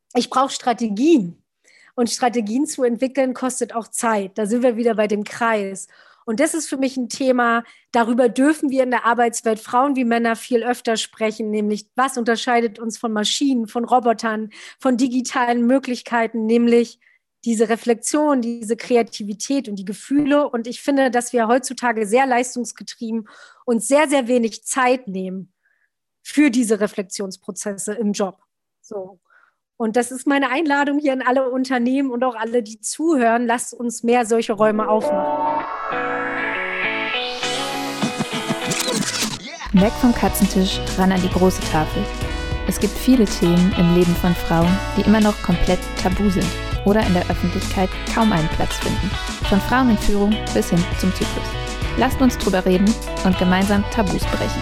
ich brauche Strategien. Und Strategien zu entwickeln, kostet auch Zeit. Da sind wir wieder bei dem Kreis. Und das ist für mich ein Thema, darüber dürfen wir in der Arbeitswelt Frauen wie Männer viel öfter sprechen, nämlich was unterscheidet uns von Maschinen, von Robotern, von digitalen Möglichkeiten, nämlich diese Reflexion, diese Kreativität und die Gefühle. Und ich finde, dass wir heutzutage sehr leistungsgetrieben und sehr, sehr wenig Zeit nehmen für diese Reflexionsprozesse im Job. So. Und das ist meine Einladung hier an alle Unternehmen und auch alle, die zuhören. Lasst uns mehr solche Räume aufmachen. Weg vom Katzentisch, ran an die große Tafel. Es gibt viele Themen im Leben von Frauen, die immer noch komplett tabu sind oder in der Öffentlichkeit kaum einen Platz finden. Von Frauen in Führung bis hin zum Zyklus. Lasst uns drüber reden und gemeinsam Tabus brechen.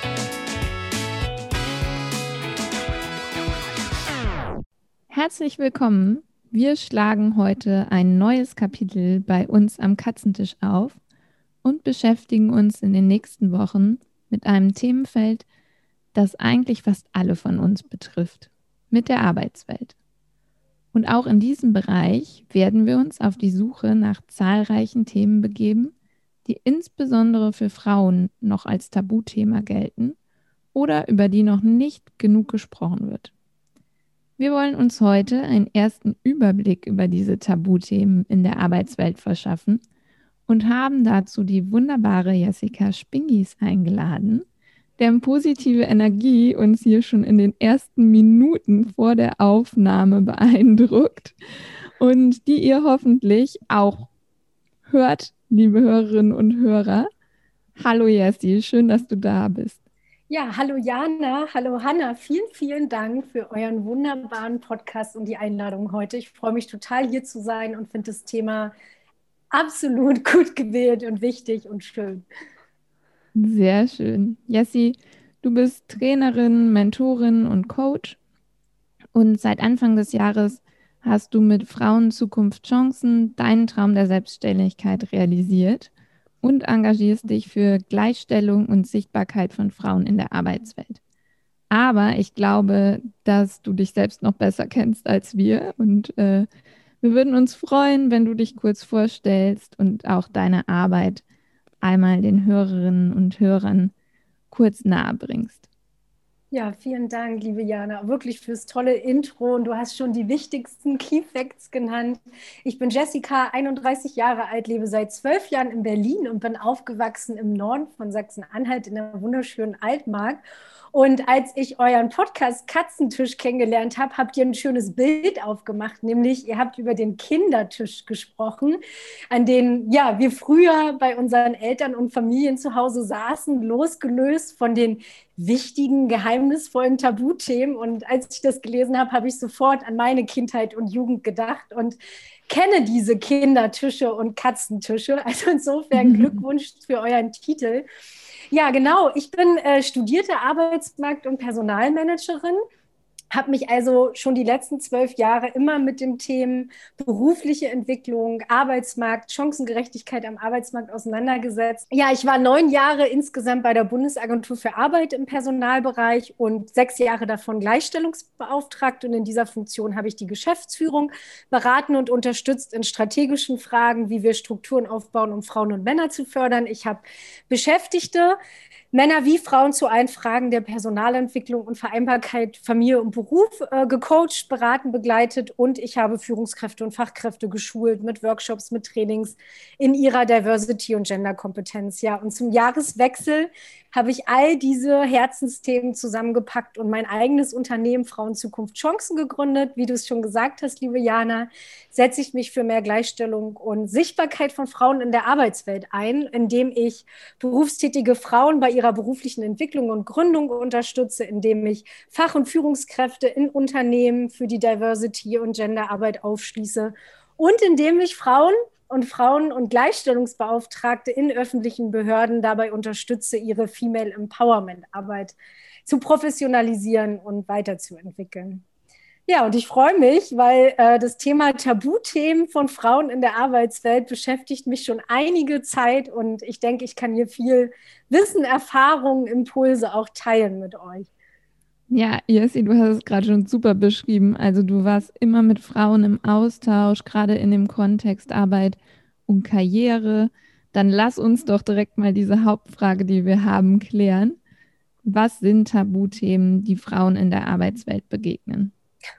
Herzlich willkommen. Wir schlagen heute ein neues Kapitel bei uns am Katzentisch auf und beschäftigen uns in den nächsten Wochen mit einem Themenfeld, das eigentlich fast alle von uns betrifft, mit der Arbeitswelt. Und auch in diesem Bereich werden wir uns auf die Suche nach zahlreichen Themen begeben, die insbesondere für Frauen noch als Tabuthema gelten oder über die noch nicht genug gesprochen wird. Wir wollen uns heute einen ersten Überblick über diese Tabuthemen in der Arbeitswelt verschaffen und haben dazu die wunderbare Jessica Spingis eingeladen, deren positive Energie uns hier schon in den ersten Minuten vor der Aufnahme beeindruckt und die ihr hoffentlich auch hört, liebe Hörerinnen und Hörer. Hallo Jessi, schön, dass du da bist. Ja, hallo Jana, hallo Hanna. Vielen, vielen Dank für euren wunderbaren Podcast und die Einladung heute. Ich freue mich total, hier zu sein und finde das Thema absolut gut gewählt und wichtig und schön. Sehr schön. Jessi, du bist Trainerin, Mentorin und Coach und seit Anfang des Jahres hast du mit Frauen Zukunft Chancen deinen Traum der Selbstständigkeit realisiert und engagierst dich für Gleichstellung und Sichtbarkeit von Frauen in der Arbeitswelt. Aber ich glaube, dass du dich selbst noch besser kennst als wir und wir würden uns freuen, wenn du dich kurz vorstellst und auch deine Arbeit einmal den Hörerinnen und Hörern kurz nahe bringst. Ja, vielen Dank, liebe Jana, wirklich fürs tolle Intro. Und du hast schon die wichtigsten Key Facts genannt. Ich bin Jessica, 31 Jahre alt, lebe seit 12 Jahren in Berlin und bin aufgewachsen im Norden von Sachsen-Anhalt in der wunderschönen Altmark. Und als ich euren Podcast Katzentisch kennengelernt habe, habt ihr ein schönes Bild aufgemacht, nämlich ihr habt über den Kindertisch gesprochen, an den ja, wir früher bei unseren Eltern und Familien zu Hause saßen, losgelöst von den wichtigen, geheimnisvollen Tabuthemen. Und als ich das gelesen habe, habe ich sofort an meine Kindheit und Jugend gedacht und kenne diese Kindertische und Katzentische. Also insofern Glückwunsch für euren Titel. Ja, genau. Ich bin studierte Arbeitsmarkt- und Personalmanagerin, habe mich also schon die letzten 12 Jahre immer mit den Themen berufliche Entwicklung, Arbeitsmarkt, Chancengerechtigkeit am Arbeitsmarkt auseinandergesetzt. Ja, ich war 9 Jahre insgesamt bei der Bundesagentur für Arbeit im Personalbereich und 6 Jahre davon Gleichstellungsbeauftragte. Und in dieser Funktion habe ich die Geschäftsführung beraten und unterstützt in strategischen Fragen, wie wir Strukturen aufbauen, um Frauen und Männer zu fördern. Ich habe Beschäftigte, Männer wie Frauen zu allen Fragen der Personalentwicklung und Vereinbarkeit Familie und Beruf gecoacht, beraten, begleitet und ich habe Führungskräfte und Fachkräfte geschult mit Workshops, mit Trainings in ihrer Diversity- und Gender-Kompetenz. Ja, und zum Jahreswechsel habe ich all diese Herzensthemen zusammengepackt und mein eigenes Unternehmen Frauen Zukunft Chancen gegründet. Wie du es schon gesagt hast, liebe Jana, setze ich mich für mehr Gleichstellung und Sichtbarkeit von Frauen in der Arbeitswelt ein, indem ich berufstätige Frauen bei ihrer beruflichen Entwicklung und Gründung unterstütze, indem ich Fach- und Führungskräfte in Unternehmen für die Diversity- und Genderarbeit aufschließe und indem ich Frauen- und Gleichstellungsbeauftragte in öffentlichen Behörden dabei unterstütze, ihre Female Empowerment-Arbeit zu professionalisieren und weiterzuentwickeln. Ja, und ich freue mich, weil das Thema Tabuthemen von Frauen in der Arbeitswelt beschäftigt mich schon einige Zeit und ich denke, ich kann hier viel Wissen, Erfahrungen, Impulse auch teilen mit euch. Ja, Jessie, du hast es gerade schon super beschrieben. Also du warst immer mit Frauen im Austausch, gerade in dem Kontext Arbeit und Karriere. Dann lass uns doch direkt mal diese Hauptfrage, die wir haben, klären. Was sind Tabuthemen, die Frauen in der Arbeitswelt begegnen?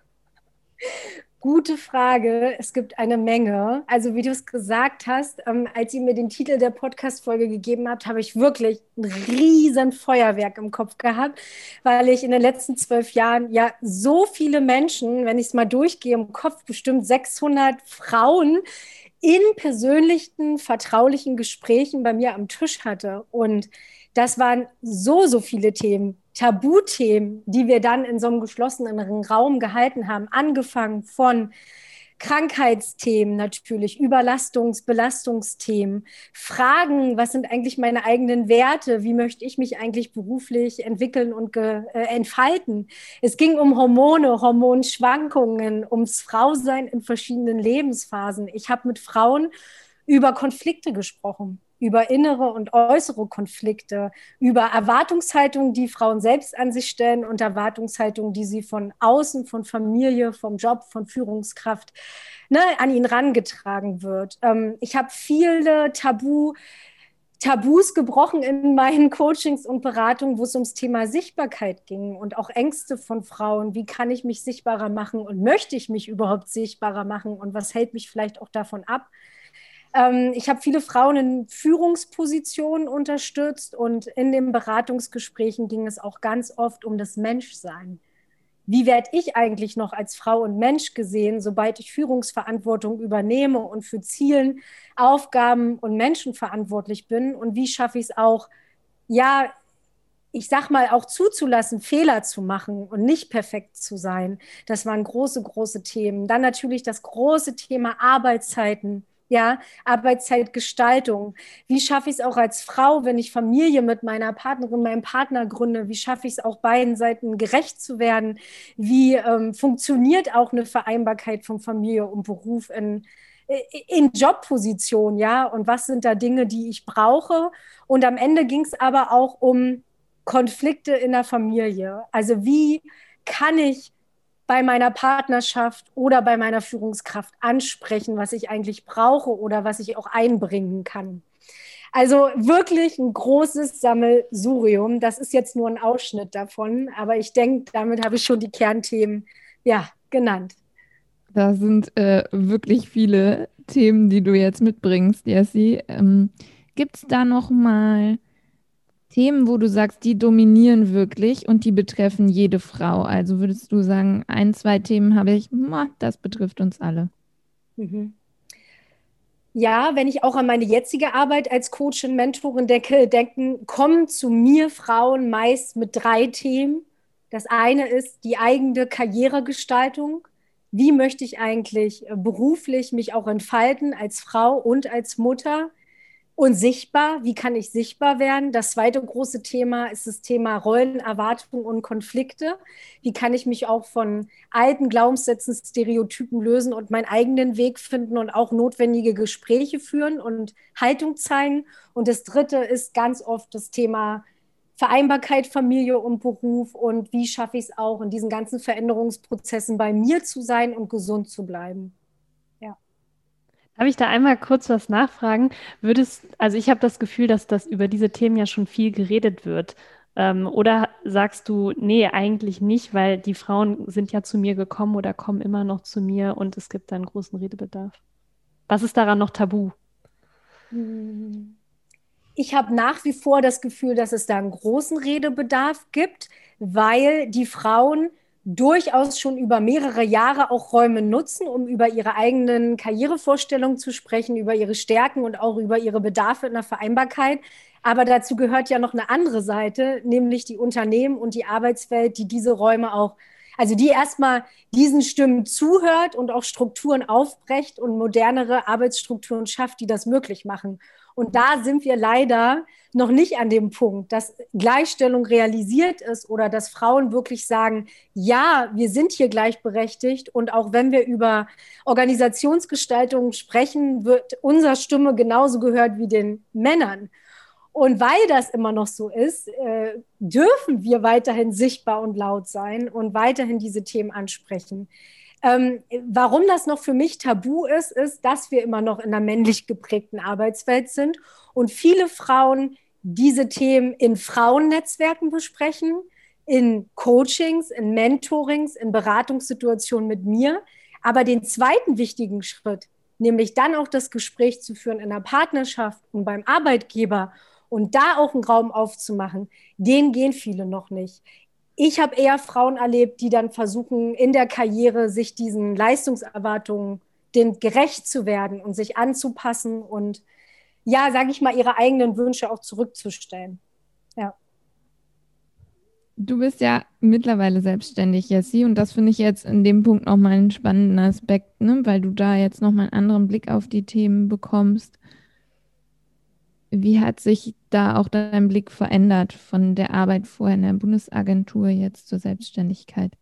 Gute Frage. Es gibt eine Menge. Also wie du es gesagt hast, als ihr mir den Titel der Podcast-Folge gegeben habt, habe ich wirklich ein riesen Feuerwerk im Kopf gehabt, weil ich in den letzten 12 Jahren ja so viele Menschen, wenn ich es mal durchgehe, im Kopf bestimmt 600 Frauen in persönlichen, vertraulichen Gesprächen bei mir am Tisch hatte. Und das waren so viele Themen, Tabuthemen, die wir dann in so einem geschlossenen Raum gehalten haben, angefangen von Krankheitsthemen natürlich, Belastungsthemen, Fragen, was sind eigentlich meine eigenen Werte, wie möchte ich mich eigentlich beruflich entwickeln und entfalten. Es ging um Hormone, Hormonschwankungen, ums Frausein in verschiedenen Lebensphasen. Ich habe mit Frauen über Konflikte gesprochen, über innere und äußere Konflikte, über Erwartungshaltungen, die Frauen selbst an sich stellen und Erwartungshaltungen, die sie von außen, von Familie, vom Job, von Führungskraft an ihn rangetragen wird. Ich habe viele Tabus gebrochen in meinen Coachings und Beratungen, wo es ums Thema Sichtbarkeit ging und auch Ängste von Frauen. Wie kann ich mich sichtbarer machen und möchte ich mich überhaupt sichtbarer machen und was hält mich vielleicht auch davon ab? Ich habe viele Frauen in Führungspositionen unterstützt und in den Beratungsgesprächen ging es auch ganz oft um das Menschsein. Wie werde ich eigentlich noch als Frau und Mensch gesehen, sobald ich Führungsverantwortung übernehme und für Zielen, Aufgaben und Menschen verantwortlich bin? Und wie schaffe ich es auch, ja, ich sag mal, auch zuzulassen, Fehler zu machen und nicht perfekt zu sein? Das waren große Themen. Dann natürlich das große Thema Arbeitszeiten. Ja, Arbeitszeitgestaltung. Wie schaffe ich es auch als Frau, wenn ich Familie mit meiner Partnerin, meinem Partner gründe? Wie schaffe ich es auch beiden Seiten gerecht zu werden? Wie funktioniert auch eine Vereinbarkeit von Familie und Beruf in Jobposition? Ja, und was sind da Dinge, die ich brauche? Und am Ende ging es aber auch um Konflikte in der Familie. Also wie kann ich bei meiner Partnerschaft oder bei meiner Führungskraft ansprechen, was ich eigentlich brauche oder was ich auch einbringen kann? Also wirklich ein großes Sammelsurium. Das ist jetzt nur ein Ausschnitt davon, aber ich denke, damit habe ich schon die Kernthemen ja, genannt. Da sind wirklich viele Themen, die du jetzt mitbringst, Jessie. Gibt es da noch mal Themen, wo du sagst, die dominieren wirklich und die betreffen jede Frau? Also würdest du sagen, ein, zwei Themen habe ich, das betrifft uns alle. Mhm. Ja, wenn ich auch an meine jetzige Arbeit als Coach und Mentorin denke, kommen zu mir Frauen meist mit 3 Themen. Das eine ist die eigene Karrieregestaltung. Wie möchte ich eigentlich beruflich mich auch entfalten als Frau und als Mutter? Und sichtbar, wie kann ich sichtbar werden? Das zweite große Thema ist das Thema Rollenerwartungen und Konflikte. Wie kann ich mich auch von alten Glaubenssätzen, Stereotypen lösen und meinen eigenen Weg finden und auch notwendige Gespräche führen und Haltung zeigen? Und das dritte ist ganz oft das Thema Vereinbarkeit, Familie und Beruf und wie schaffe ich es auch, in diesen ganzen Veränderungsprozessen bei mir zu sein und gesund zu bleiben. Ja. Darf ich da einmal kurz was nachfragen? Also ich habe das Gefühl, dass das über diese Themen ja schon viel geredet wird. Oder sagst du, nee, eigentlich nicht, weil die Frauen sind ja zu mir gekommen oder kommen immer noch zu mir und es gibt da einen großen Redebedarf. Was ist daran noch tabu? Ich habe nach wie vor das Gefühl, dass es da einen großen Redebedarf gibt, weil die Frauen durchaus schon über mehrere Jahre auch Räume nutzen, um über ihre eigenen Karrierevorstellungen zu sprechen, über ihre Stärken und auch über ihre Bedarfe in der Vereinbarkeit. Aber dazu gehört ja noch eine andere Seite, nämlich die Unternehmen und die Arbeitswelt, die diese Räume auch, also die erstmal diesen Stimmen zuhört und auch Strukturen aufbrecht und modernere Arbeitsstrukturen schafft, die das möglich machen. Und da sind wir leider noch nicht an dem Punkt, dass Gleichstellung realisiert ist oder dass Frauen wirklich sagen, ja, wir sind hier gleichberechtigt. Und auch wenn wir über Organisationsgestaltung sprechen, wird unsere Stimme genauso gehört wie den Männern. Und weil das immer noch so ist, dürfen wir weiterhin sichtbar und laut sein und weiterhin diese Themen ansprechen. Warum das noch für mich tabu ist, ist, dass wir immer noch in einer männlich geprägten Arbeitswelt sind und viele Frauen diese Themen in Frauennetzwerken besprechen, in Coachings, in Mentorings, in Beratungssituationen mit mir. Aber den zweiten wichtigen Schritt, nämlich dann auch das Gespräch zu führen in einer Partnerschaft und beim Arbeitgeber und da auch einen Raum aufzumachen, den gehen viele noch nicht. Ich habe eher Frauen erlebt, die dann versuchen, in der Karriere sich diesen Leistungserwartungen gerecht zu werden und sich anzupassen und ja, sage ich mal, ihre eigenen Wünsche auch zurückzustellen. Ja. Du bist ja mittlerweile selbstständig, Jessie, und das finde ich jetzt in dem Punkt nochmal einen spannenden Aspekt, ne? Weil du da jetzt nochmal einen anderen Blick auf die Themen bekommst. Wie hat sich da auch dein Blick verändert von der Arbeit vorher in der Bundesagentur jetzt zur Selbstständigkeit?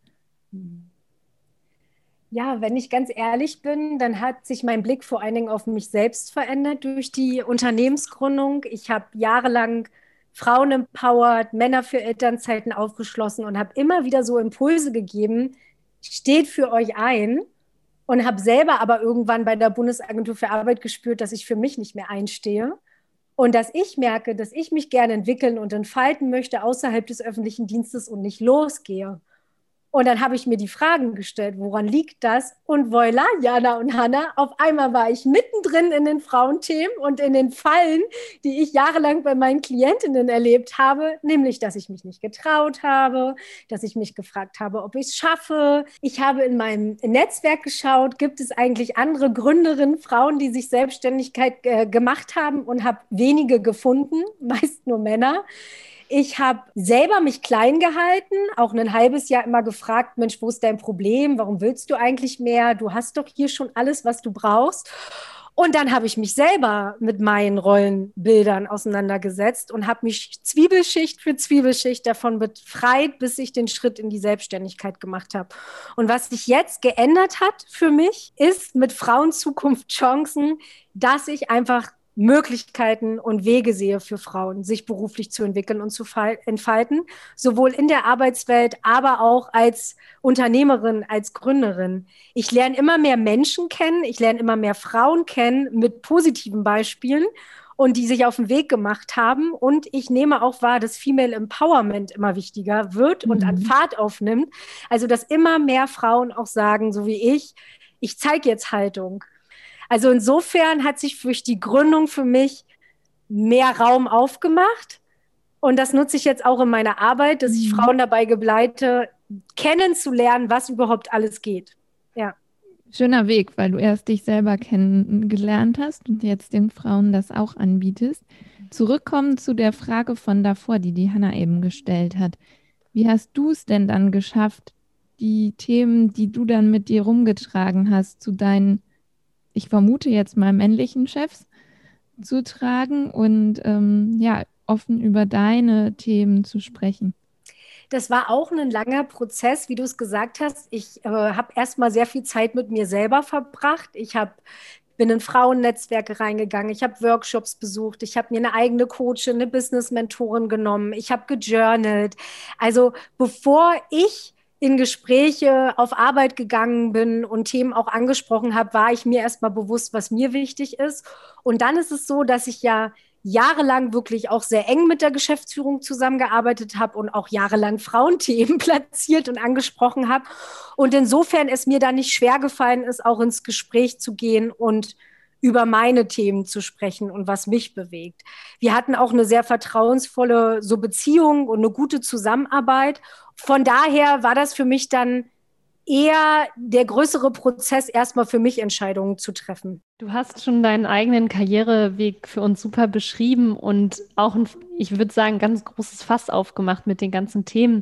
Ja, wenn ich ganz ehrlich bin, dann hat sich mein Blick vor allen Dingen auf mich selbst verändert durch die Unternehmensgründung. Ich habe jahrelang Frauen empowered, Männer für Elternzeiten aufgeschlossen und habe immer wieder so Impulse gegeben, steht für euch ein, und habe selber aber irgendwann bei der Bundesagentur für Arbeit gespürt, dass ich für mich nicht mehr einstehe und dass ich merke, dass ich mich gerne entwickeln und entfalten möchte außerhalb des öffentlichen Dienstes und nicht losgehe. Und dann habe ich mir die Fragen gestellt, woran liegt das? Und voilà, Jana und Hanna, auf einmal war ich mittendrin in den Frauenthemen und in den Fallen, die ich jahrelang bei meinen Klientinnen erlebt habe, nämlich, dass ich mich nicht getraut habe, dass ich mich gefragt habe, ob ich es schaffe. Ich habe in meinem Netzwerk geschaut, gibt es eigentlich andere Gründerinnen, Frauen, die sich Selbstständigkeit gemacht haben, und habe wenige gefunden, meist nur Männer. Ich habe selber mich klein gehalten, auch ein halbes Jahr immer gefragt, Mensch, wo ist dein Problem? Warum willst du eigentlich mehr? Du hast doch hier schon alles, was du brauchst. Und dann habe ich mich selber mit meinen Rollenbildern auseinandergesetzt und habe mich Zwiebelschicht für Zwiebelschicht davon befreit, bis ich den Schritt in die Selbstständigkeit gemacht habe. Und was sich jetzt geändert hat für mich, ist mit Frauenzukunft Chancen, dass ich einfach Möglichkeiten und Wege sehe für Frauen, sich beruflich zu entwickeln und zu entfalten, sowohl in der Arbeitswelt, aber auch als Unternehmerin, als Gründerin. Ich lerne immer mehr Menschen kennen, ich lerne immer mehr Frauen kennen mit positiven Beispielen und die sich auf den Weg gemacht haben. Und ich nehme auch wahr, dass Female Empowerment immer wichtiger wird und an Fahrt aufnimmt. Also, dass immer mehr Frauen auch sagen, so wie ich zeige jetzt Haltung. Also insofern hat sich durch die Gründung für mich mehr Raum aufgemacht. Und das nutze ich jetzt auch in meiner Arbeit, dass ich Frauen dabei begleite, kennenzulernen, was überhaupt alles geht. Ja. Schöner Weg, weil du erst dich selber kennengelernt hast und jetzt den Frauen das auch anbietest. Zurückkommen zu der Frage von davor, die Hanna eben gestellt hat. Wie hast du es denn dann geschafft, die Themen, die du dann mit dir rumgetragen hast, zu deinen, ich vermute jetzt mal männlichen Chefs zu tragen und ja, offen über deine Themen zu sprechen? Das war auch ein langer Prozess, wie du es gesagt hast. Ich habe erst mal sehr viel Zeit mit mir selber verbracht. Bin in Frauennetzwerke reingegangen, ich habe Workshops besucht, ich habe mir eine eigene Coachin, eine Business-Mentorin genommen, ich habe gejournalt. Also bevor ich in Gespräche auf Arbeit gegangen bin und Themen auch angesprochen habe, war ich mir erstmal bewusst, was mir wichtig ist. Und dann ist es so, dass ich ja jahrelang wirklich auch sehr eng mit der Geschäftsführung zusammengearbeitet habe und auch jahrelang Frauenthemen platziert und angesprochen habe. Und insofern es mir dann nicht schwer gefallen ist, auch ins Gespräch zu gehen und über meine Themen zu sprechen und was mich bewegt. Wir hatten auch eine sehr vertrauensvolle so Beziehung und eine gute Zusammenarbeit. Von daher war das für mich dann eher der größere Prozess, erstmal für mich Entscheidungen zu treffen. Du hast schon deinen eigenen Karriereweg für uns super beschrieben und auch, ich würde sagen, ein ganz großes Fass aufgemacht mit den ganzen Themen.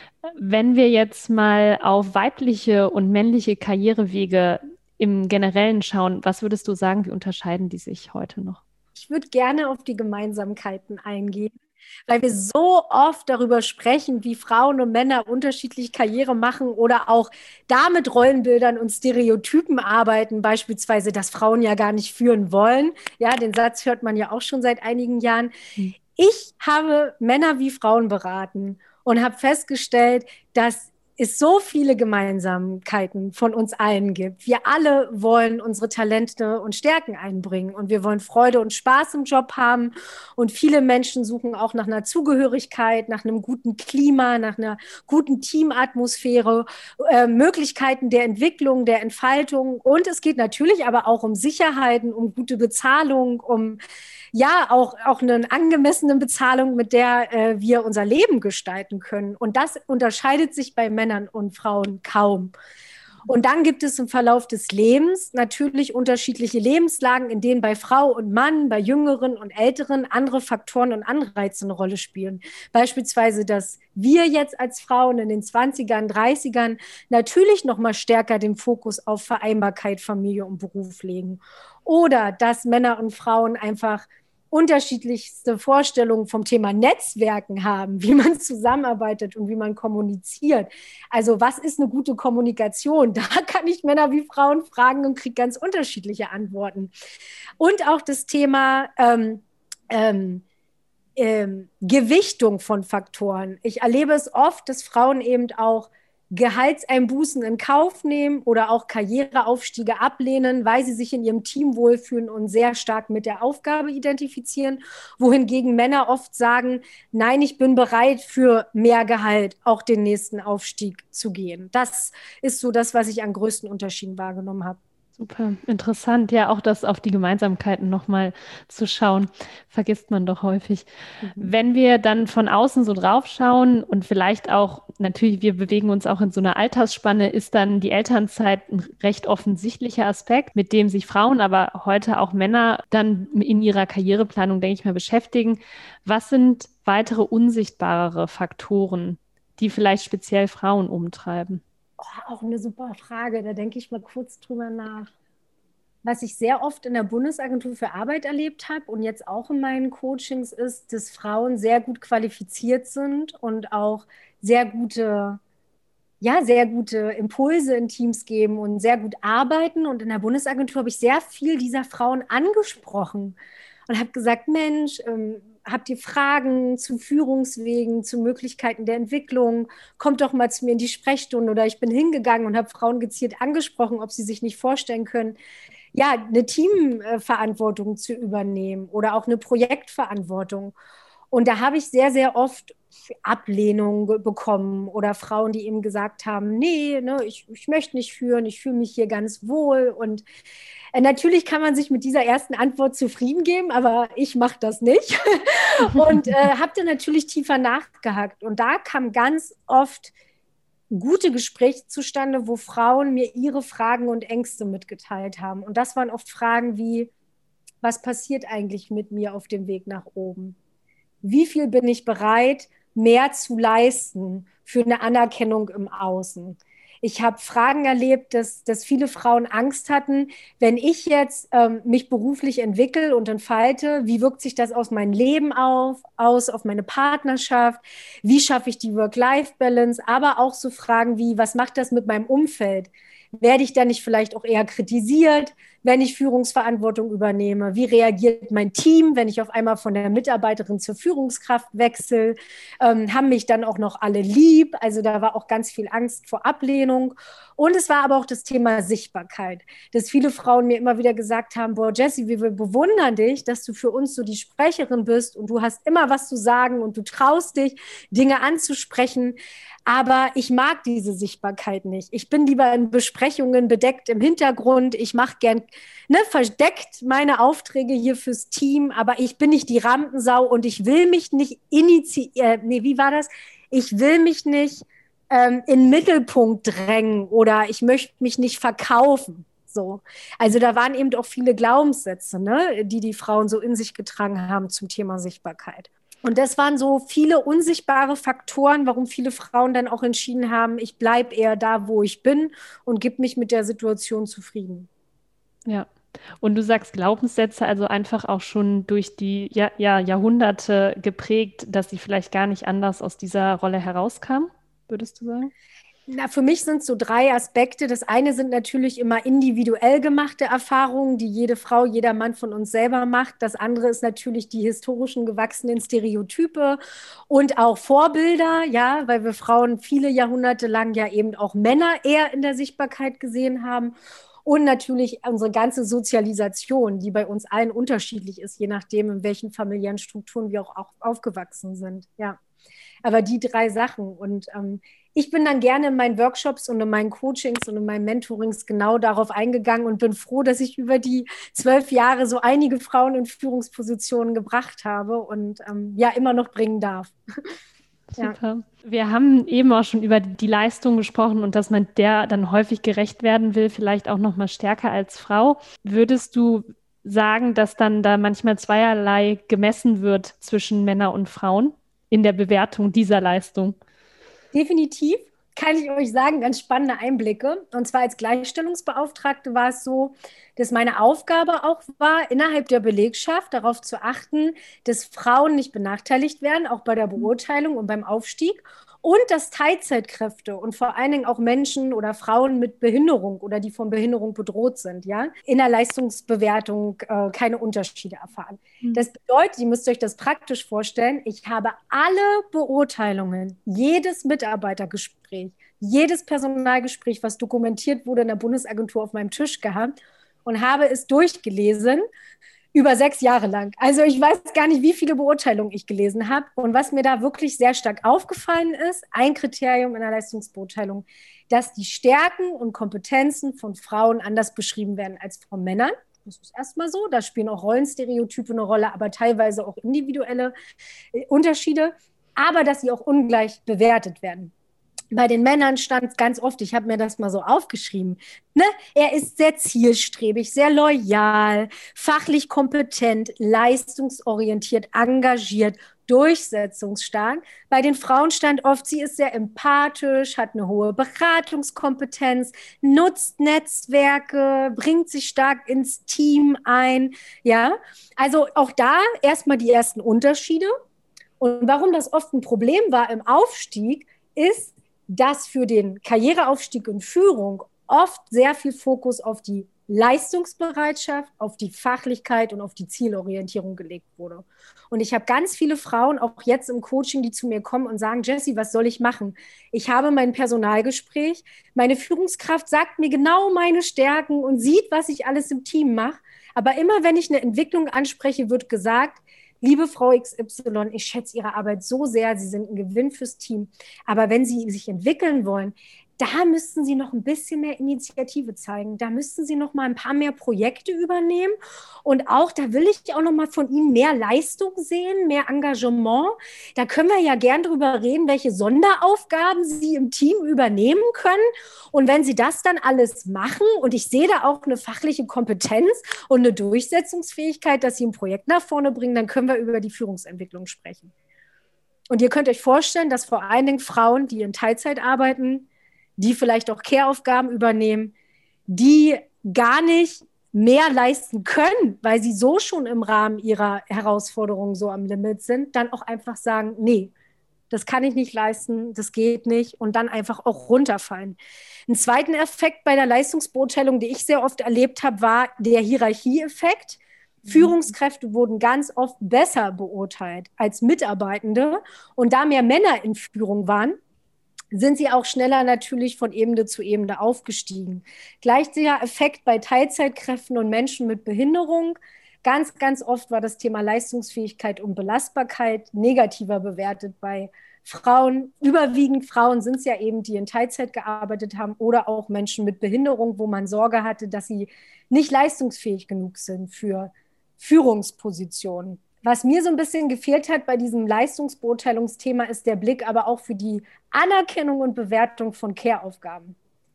Wenn wir jetzt mal auf weibliche und männliche Karrierewege im Generellen schauen, was würdest du sagen, wie unterscheiden die sich heute noch? Ich würde gerne auf die Gemeinsamkeiten eingehen, weil wir so oft darüber sprechen, wie Frauen und Männer unterschiedlich Karriere machen oder auch da mit Rollenbildern und Stereotypen arbeiten, beispielsweise, dass Frauen ja gar nicht führen wollen. Ja, den Satz hört man ja auch schon seit einigen Jahren. Ich habe Männer wie Frauen beraten und habe festgestellt, dass es so viele Gemeinsamkeiten von uns allen gibt. Wir alle wollen unsere Talente und Stärken einbringen und wir wollen Freude und Spaß im Job haben. Und viele Menschen suchen auch nach einer Zugehörigkeit, nach einem guten Klima, nach einer guten Teamatmosphäre, Möglichkeiten der Entwicklung, der Entfaltung. Und es geht natürlich aber auch um Sicherheiten, um gute Bezahlung, um ja, auch eine angemessene Bezahlung, mit der wir unser Leben gestalten können. Und das unterscheidet sich bei Männern und Frauen kaum. Und dann gibt es im Verlauf des Lebens natürlich unterschiedliche Lebenslagen, in denen bei Frau und Mann, bei Jüngeren und Älteren andere Faktoren und Anreize eine Rolle spielen. Beispielsweise, dass wir jetzt als Frauen in den 20ern, 30ern natürlich noch mal stärker den Fokus auf Vereinbarkeit, Familie und Beruf legen. Oder dass Männer und Frauen einfach unterschiedlichste Vorstellungen vom Thema Netzwerken haben, wie man zusammenarbeitet und wie man kommuniziert. Also was ist eine gute Kommunikation? Da kann ich Männer wie Frauen fragen und kriege ganz unterschiedliche Antworten. Und auch das Thema Gewichtung von Faktoren. Ich erlebe es oft, dass Frauen eben auch Gehaltseinbußen in Kauf nehmen oder auch Karriereaufstiege ablehnen, weil sie sich in ihrem Team wohlfühlen und sehr stark mit der Aufgabe identifizieren, wohingegen Männer oft sagen, nein, ich bin bereit für mehr Gehalt, auch den nächsten Aufstieg zu gehen. Das ist so das, was ich an größten Unterschieden wahrgenommen habe. Super interessant, ja, auch das auf die Gemeinsamkeiten nochmal zu schauen, vergisst man doch häufig. Wenn wir dann von außen so drauf schauen und vielleicht auch, natürlich, wir bewegen uns auch in so einer Altersspanne, ist dann die Elternzeit ein recht offensichtlicher Aspekt, mit dem sich Frauen, aber heute auch Männer dann in ihrer Karriereplanung, denke ich mal, beschäftigen. Was sind weitere unsichtbarere Faktoren, die vielleicht speziell Frauen umtreiben? Auch eine super Frage, da denke ich mal kurz drüber nach. Was ich sehr oft in der Bundesagentur für Arbeit erlebt habe und jetzt auch in meinen Coachings ist, dass Frauen sehr gut qualifiziert sind und auch sehr gute, ja, sehr gute Impulse in Teams geben und sehr gut arbeiten. Und in der Bundesagentur habe ich sehr viel dieser Frauen angesprochen und habe gesagt, Mensch, habt ihr Fragen zu Führungswegen, zu Möglichkeiten der Entwicklung? Kommt doch mal zu mir in die Sprechstunde. Oder ich bin hingegangen und habe Frauen gezielt angesprochen, ob sie sich nicht vorstellen können, ja, eine Teamverantwortung zu übernehmen oder auch eine Projektverantwortung. Und da habe ich sehr, sehr oft Ablehnung bekommen oder Frauen, die eben gesagt haben, nee, ne, ich möchte nicht führen, ich fühle mich hier ganz wohl. Und natürlich kann man sich mit dieser ersten Antwort zufrieden geben, aber ich mache das nicht. Und habe dann natürlich tiefer nachgehakt. Und da kam ganz oft gute Gespräche zustande, wo Frauen mir ihre Fragen und Ängste mitgeteilt haben. Und das waren oft Fragen wie, was passiert eigentlich mit mir auf dem Weg nach oben? Wie viel bin ich bereit, mehr zu leisten für eine Anerkennung im Außen? Ich habe Fragen erlebt, dass viele Frauen Angst hatten, wenn ich jetzt mich beruflich entwickle und entfalte, wie wirkt sich das auf mein Leben auf meine Partnerschaft? Wie schaffe ich die Work-Life-Balance? Aber auch so Fragen wie, was macht das mit meinem Umfeld? Werde ich da nicht vielleicht auch eher kritisiert, wenn ich Führungsverantwortung übernehme? Wie reagiert mein Team, wenn ich auf einmal von der Mitarbeiterin zur Führungskraft wechsle? Haben mich dann auch noch alle lieb? Also da war auch ganz viel Angst vor Ablehnung. Und es war aber auch das Thema Sichtbarkeit, dass viele Frauen mir immer wieder gesagt haben, boah, Jessie, wir bewundern dich, dass du für uns so die Sprecherin bist und du hast immer was zu sagen und du traust dich, Dinge anzusprechen. Aber ich mag diese Sichtbarkeit nicht. Ich bin lieber in Besprechungen bedeckt im Hintergrund. Ich mache gern verdeckt meine Aufträge hier fürs Team, aber ich bin nicht die Rampensau und ich will mich nicht wie war das? Ich will mich nicht in den Mittelpunkt drängen oder ich möchte mich nicht verkaufen. So. Also da waren eben auch viele Glaubenssätze, ne, die Frauen so in sich getragen haben zum Thema Sichtbarkeit. Und das waren so viele unsichtbare Faktoren, warum viele Frauen dann auch entschieden haben, ich bleibe eher da, wo ich bin und gebe mich mit der Situation zufrieden. Ja. Und du sagst Glaubenssätze, also einfach auch schon durch die Jahrhunderte geprägt, dass sie vielleicht gar nicht anders aus dieser Rolle herauskamen, würdest du sagen? Na, für mich sind es so 3 Aspekte. Das eine sind natürlich immer individuell gemachte Erfahrungen, die jede Frau, jeder Mann von uns selber macht. Das andere ist natürlich die historischen gewachsenen Stereotype und auch Vorbilder, ja, weil wir Frauen viele Jahrhunderte lang ja eben auch Männer eher in der Sichtbarkeit gesehen haben. Und natürlich unsere ganze Sozialisation, die bei uns allen unterschiedlich ist, je nachdem, in welchen familiären Strukturen wir auch aufgewachsen sind. Ja. Aber die 3 Sachen. Und ich bin dann gerne in meinen Workshops und in meinen Coachings und in meinen Mentorings genau darauf eingegangen und bin froh, dass ich über die 12 Jahre so einige Frauen in Führungspositionen gebracht habe und ja, immer noch bringen darf. Super. Ja. Wir haben eben auch schon über die Leistung gesprochen und dass man der dann häufig gerecht werden will, vielleicht auch noch mal stärker als Frau. Würdest du sagen, dass dann da manchmal zweierlei gemessen wird zwischen Männern und Frauen in der Bewertung dieser Leistung? Definitiv. Kann ich euch sagen, ganz spannende Einblicke. Und zwar als Gleichstellungsbeauftragte war es so, dass meine Aufgabe auch war, innerhalb der Belegschaft darauf zu achten, dass Frauen nicht benachteiligt werden, auch bei der Beurteilung und beim Aufstieg. Und dass Teilzeitkräfte und vor allen Dingen auch Menschen oder Frauen mit Behinderung oder die von Behinderung bedroht sind, ja, in der Leistungsbewertung keine Unterschiede erfahren. Das bedeutet, ihr müsst euch das praktisch vorstellen, ich habe alle Beurteilungen, jedes Mitarbeitergespräch, jedes Personalgespräch, was dokumentiert wurde in der Bundesagentur auf meinem Tisch gehabt und habe es durchgelesen über 6 Jahre lang. Also ich weiß gar nicht, wie viele Beurteilungen ich gelesen habe. Und was mir da wirklich sehr stark aufgefallen ist, ein Kriterium in der Leistungsbeurteilung, dass die Stärken und Kompetenzen von Frauen anders beschrieben werden als von Männern. Das ist erstmal so. Da spielen auch Rollenstereotype eine Rolle, aber teilweise auch individuelle Unterschiede. Aber dass sie auch ungleich bewertet werden. Bei den Männern stand ganz oft, ich habe mir das mal so aufgeschrieben, ne? Er ist sehr zielstrebig, sehr loyal, fachlich kompetent, leistungsorientiert, engagiert, durchsetzungsstark. Bei den Frauen stand oft, sie ist sehr empathisch, hat eine hohe Beratungskompetenz, nutzt Netzwerke, bringt sich stark ins Team ein. Ja, also auch da erstmal die ersten Unterschiede. Und warum das oft ein Problem war im Aufstieg, ist, dass für den Karriereaufstieg in Führung oft sehr viel Fokus auf die Leistungsbereitschaft, auf die Fachlichkeit und auf die Zielorientierung gelegt wurde. Und ich habe ganz viele Frauen, auch jetzt im Coaching, die zu mir kommen und sagen, Jessie, was soll ich machen? Ich habe mein Personalgespräch, meine Führungskraft sagt mir genau meine Stärken und sieht, was ich alles im Team mache. Aber immer, wenn ich eine Entwicklung anspreche, wird gesagt, liebe Frau XY, ich schätze Ihre Arbeit so sehr, Sie sind ein Gewinn fürs Team. Aber wenn Sie sich entwickeln wollen, da müssten Sie noch ein bisschen mehr Initiative zeigen. Da müssten Sie noch mal ein paar mehr Projekte übernehmen. Und auch, da will ich auch noch mal von Ihnen mehr Leistung sehen, mehr Engagement. Da können wir ja gern drüber reden, welche Sonderaufgaben Sie im Team übernehmen können. Und wenn Sie das dann alles machen, und ich sehe da auch eine fachliche Kompetenz und eine Durchsetzungsfähigkeit, dass Sie ein Projekt nach vorne bringen, dann können wir über die Führungsentwicklung sprechen. Und ihr könnt euch vorstellen, dass vor allen Dingen Frauen, die in Teilzeit arbeiten, die vielleicht auch Care-Aufgaben übernehmen, die gar nicht mehr leisten können, weil sie so schon im Rahmen ihrer Herausforderungen so am Limit sind, dann auch einfach sagen, nee, das kann ich nicht leisten, das geht nicht und dann einfach auch runterfallen. Ein zweiten Effekt bei der Leistungsbeurteilung, die ich sehr oft erlebt habe, war der Hierarchieeffekt. Führungskräfte wurden ganz oft besser beurteilt als Mitarbeitende und da mehr Männer in Führung waren, sind sie auch schneller natürlich von Ebene zu Ebene aufgestiegen. Gleicher Effekt bei Teilzeitkräften und Menschen mit Behinderung. Ganz, ganz oft war das Thema Leistungsfähigkeit und Belastbarkeit negativer bewertet bei Frauen. Überwiegend Frauen sind es ja eben, die in Teilzeit gearbeitet haben oder auch Menschen mit Behinderung, wo man Sorge hatte, dass sie nicht leistungsfähig genug sind für Führungspositionen. Was mir so ein bisschen gefehlt hat bei diesem Leistungsbeurteilungsthema, ist der Blick aber auch für die Anerkennung und Bewertung von Care-Aufgaben.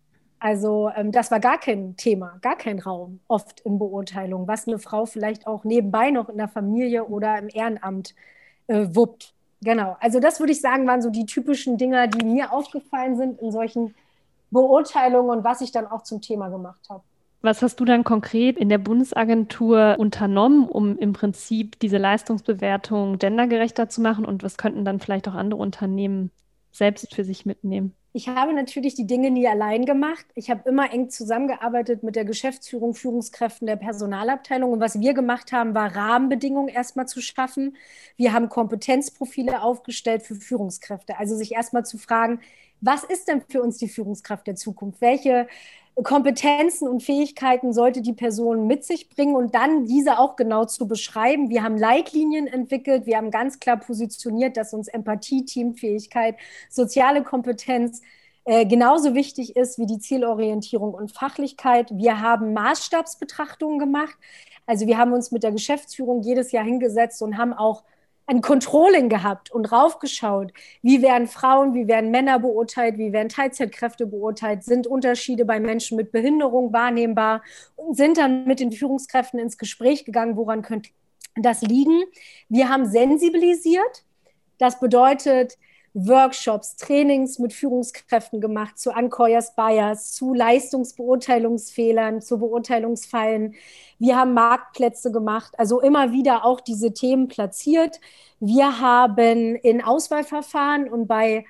Also das war gar kein Thema, gar kein Raum oft in Beurteilung, was eine Frau vielleicht auch nebenbei noch in der Familie oder im Ehrenamt wuppt. Genau, also das würde ich sagen, waren so die typischen Dinger, die mir aufgefallen sind in solchen Beurteilungen und was ich dann auch zum Thema gemacht habe. Was hast du dann konkret in der Bundesagentur unternommen, um im Prinzip diese Leistungsbewertung gendergerechter zu machen und was könnten dann vielleicht auch andere Unternehmen selbst für sich mitnehmen? Ich habe natürlich die Dinge nie allein gemacht. Ich habe immer eng zusammengearbeitet mit der Geschäftsführung, Führungskräften der Personalabteilung. Und was wir gemacht haben, war Rahmenbedingungen erstmal zu schaffen. Wir haben Kompetenzprofile aufgestellt für Führungskräfte. Also sich erstmal zu fragen, was ist denn für uns die Führungskraft der Zukunft? Welche Kompetenzen und Fähigkeiten sollte die Person mit sich bringen und dann diese auch genau zu beschreiben. Wir haben Leitlinien entwickelt, wir haben ganz klar positioniert, dass uns Empathie, Teamfähigkeit, soziale Kompetenz genauso wichtig ist wie die Zielorientierung und Fachlichkeit. Wir haben Maßstabsbetrachtungen gemacht. Also wir haben uns mit der Geschäftsführung jedes Jahr hingesetzt und haben auch ein Controlling gehabt und raufgeschaut, wie werden Frauen, wie werden Männer beurteilt, wie werden Teilzeitkräfte beurteilt, sind Unterschiede bei Menschen mit Behinderung wahrnehmbar und sind dann mit den Führungskräften ins Gespräch gegangen, woran könnte das liegen. Wir haben sensibilisiert, das bedeutet Workshops, Trainings mit Führungskräften gemacht zu Unconscious Bias, zu Leistungsbeurteilungsfehlern, zu Beurteilungsfallen. Wir haben Marktplätze gemacht, also immer wieder auch diese Themen platziert. Wir haben in Auswahlverfahren und bei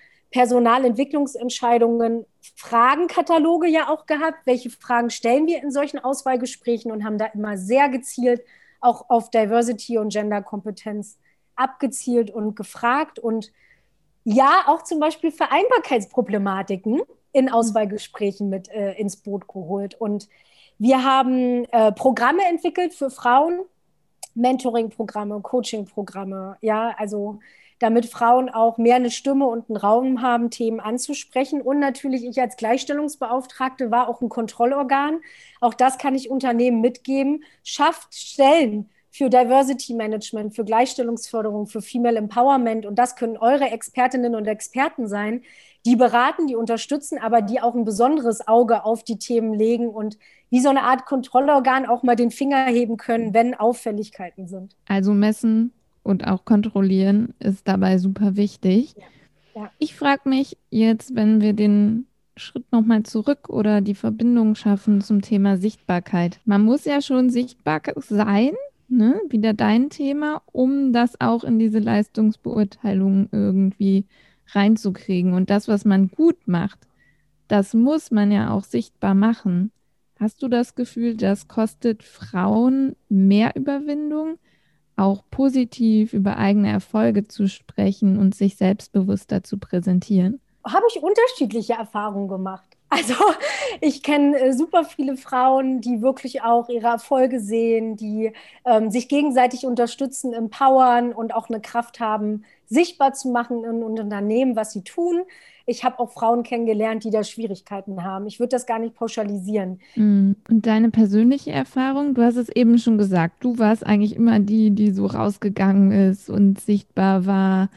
Personalentwicklungsentscheidungen Fragenkataloge ja auch gehabt. Welche Fragen stellen wir in solchen Auswahlgesprächen und haben da immer sehr gezielt auch auf Diversity und Genderkompetenz abgezielt und gefragt und ja, auch zum Beispiel Vereinbarkeitsproblematiken in Auswahlgesprächen mit ins Boot geholt. Und wir haben Programme entwickelt für Frauen, Mentoring-Programme, Coaching-Programme, ja, also damit Frauen auch mehr eine Stimme und einen Raum haben, Themen anzusprechen. Und natürlich, ich als Gleichstellungsbeauftragte war auch ein Kontrollorgan. Auch das kann ich Unternehmen mitgeben. Schafft Stellen für Diversity Management, für Gleichstellungsförderung, für Female Empowerment. Und das können eure Expertinnen und Experten sein, die beraten, die unterstützen, aber die auch ein besonderes Auge auf die Themen legen und wie so eine Art Kontrollorgan auch mal den Finger heben können, wenn Auffälligkeiten sind. Also messen und auch kontrollieren ist dabei super wichtig. Ja. Ja. Ich frage mich jetzt, wenn wir den Schritt nochmal zurück oder die Verbindung schaffen zum Thema Sichtbarkeit. Man muss ja schon sichtbar sein, ne? Wieder dein Thema, um das auch in diese Leistungsbeurteilung irgendwie reinzukriegen. Und das, was man gut macht, das muss man ja auch sichtbar machen. Hast du das Gefühl, das kostet Frauen mehr Überwindung, auch positiv über eigene Erfolge zu sprechen und sich selbstbewusster zu präsentieren? Habe ich unterschiedliche Erfahrungen gemacht. Also ich kenne super viele Frauen, die wirklich auch ihre Erfolge sehen, die sich gegenseitig unterstützen, empowern und auch eine Kraft haben, sichtbar zu machen in Unternehmen, was sie tun. Ich habe auch Frauen kennengelernt, die da Schwierigkeiten haben. Ich würde das gar nicht pauschalisieren. Und deine persönliche Erfahrung, du hast es eben schon gesagt, du warst eigentlich immer die, die so rausgegangen ist und sichtbar war.